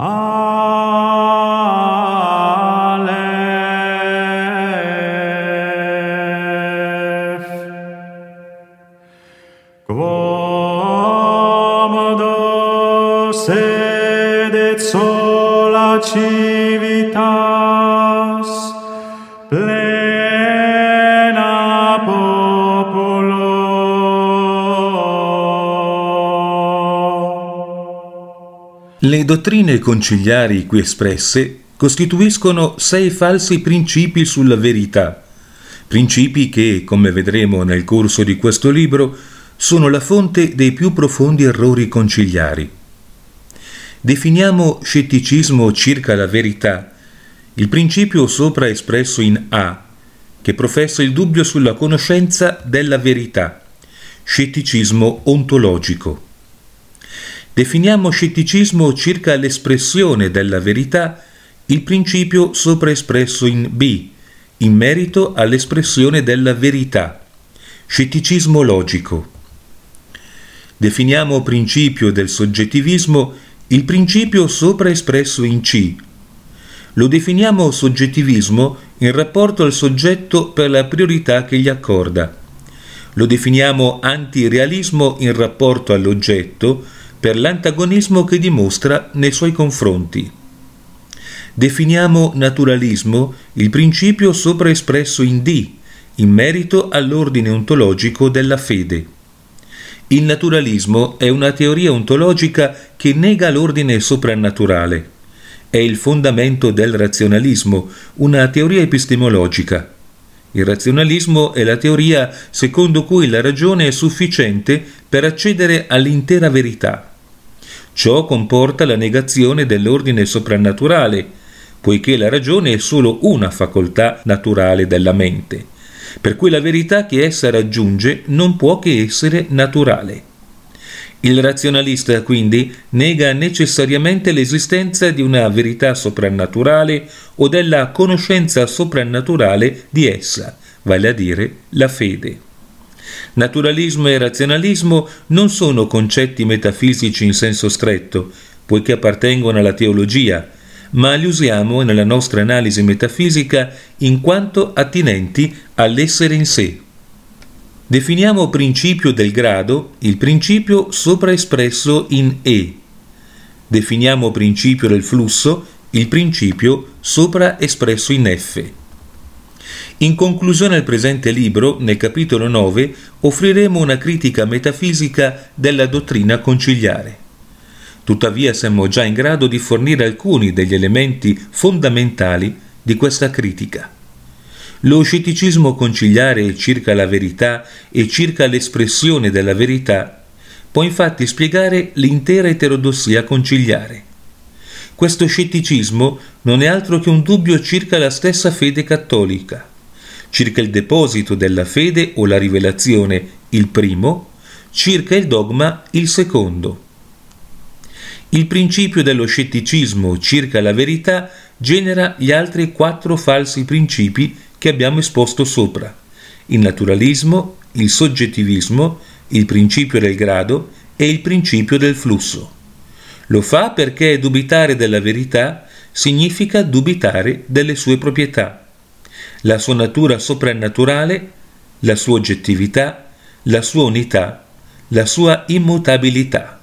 Aleph. Quomodo sedet sola civitas, plena populo. Le dottrine conciliari qui espresse costituiscono 6 falsi principi sulla verità, principi che, come vedremo nel corso di questo libro, sono la fonte dei più profondi errori conciliari. Definiamo scetticismo circa la verità, il principio sopra espresso in A, che professa il dubbio sulla conoscenza della verità, scetticismo ontologico. Definiamo scetticismo circa l'espressione della verità, il principio sopra espresso in B, in merito all'espressione della verità, scetticismo logico. Definiamo principio del soggettivismo il principio sopra espresso in C. Lo definiamo soggettivismo in rapporto al soggetto per la priorità che gli accorda. Lo definiamo antirealismo in rapporto all'oggetto per l'antagonismo che dimostra nei suoi confronti. Definiamo naturalismo il principio sopra espresso in D, in merito all'ordine ontologico della fede. Il naturalismo è una teoria ontologica che nega l'ordine soprannaturale. È il fondamento del razionalismo, una teoria epistemologica. Il razionalismo è la teoria secondo cui la ragione è sufficiente per accedere all'intera verità. Ciò comporta la negazione dell'ordine soprannaturale, poiché la ragione è solo una facoltà naturale della mente, per cui la verità che essa raggiunge non può che essere naturale. Il razionalista, quindi, nega necessariamente l'esistenza di una verità soprannaturale o della conoscenza soprannaturale di essa, vale a dire la fede. Naturalismo e razionalismo non sono concetti metafisici in senso stretto, poiché appartengono alla teologia, ma li usiamo nella nostra analisi metafisica in quanto attinenti all'essere in sé. Definiamo principio del grado il principio sopra espresso in E. Definiamo principio del flusso il principio sopra espresso in F. In conclusione al presente libro, nel capitolo 9, offriremo una critica metafisica della dottrina conciliare. Tuttavia siamo già in grado di fornire alcuni degli elementi fondamentali di questa critica. Lo scetticismo conciliare circa la verità e circa l'espressione della verità può infatti spiegare l'intera eterodossia conciliare. Questo scetticismo non è altro che un dubbio circa la stessa fede cattolica, circa il deposito della fede o la rivelazione, il primo, circa il dogma, il secondo. Il principio dello scetticismo circa la verità genera gli altri 4 falsi principi che abbiamo esposto sopra: il naturalismo, il soggettivismo, il principio del grado e il principio del flusso. Lo fa perché dubitare della verità significa dubitare delle sue proprietà, la sua natura soprannaturale, la sua oggettività, la sua unità, la sua immutabilità.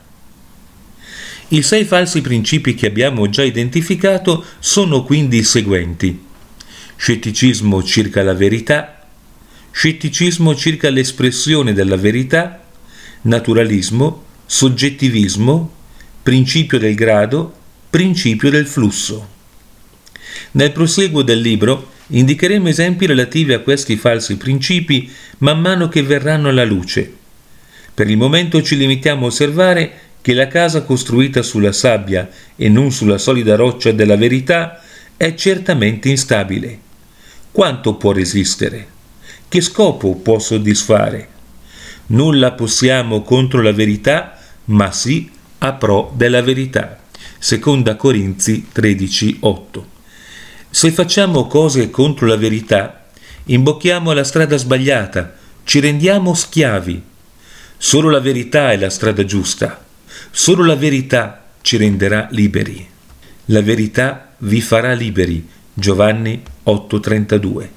I 6 falsi principi che abbiamo già identificato sono quindi i seguenti: scetticismo circa la verità, scetticismo circa l'espressione della verità, naturalismo, soggettivismo, principio del grado, principio del flusso. Nel prosieguo del libro indicheremo esempi relativi a questi falsi principi man mano che verranno alla luce. Per il momento ci limitiamo a osservare che la casa costruita sulla sabbia e non sulla solida roccia della verità è certamente instabile. Quanto può resistere? Che scopo può soddisfare? Nulla possiamo contro la verità, ma sì a pro della verità. Seconda Corinzi 13:8. Se facciamo cose contro la verità, imbocchiamo la strada sbagliata, ci rendiamo schiavi. Solo la verità è la strada giusta. Solo la verità ci renderà liberi. La verità vi farà liberi. Giovanni 8:32.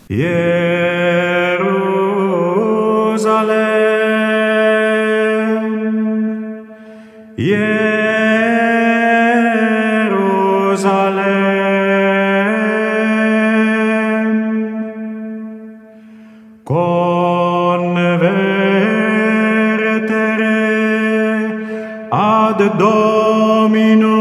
Convertere ad Domino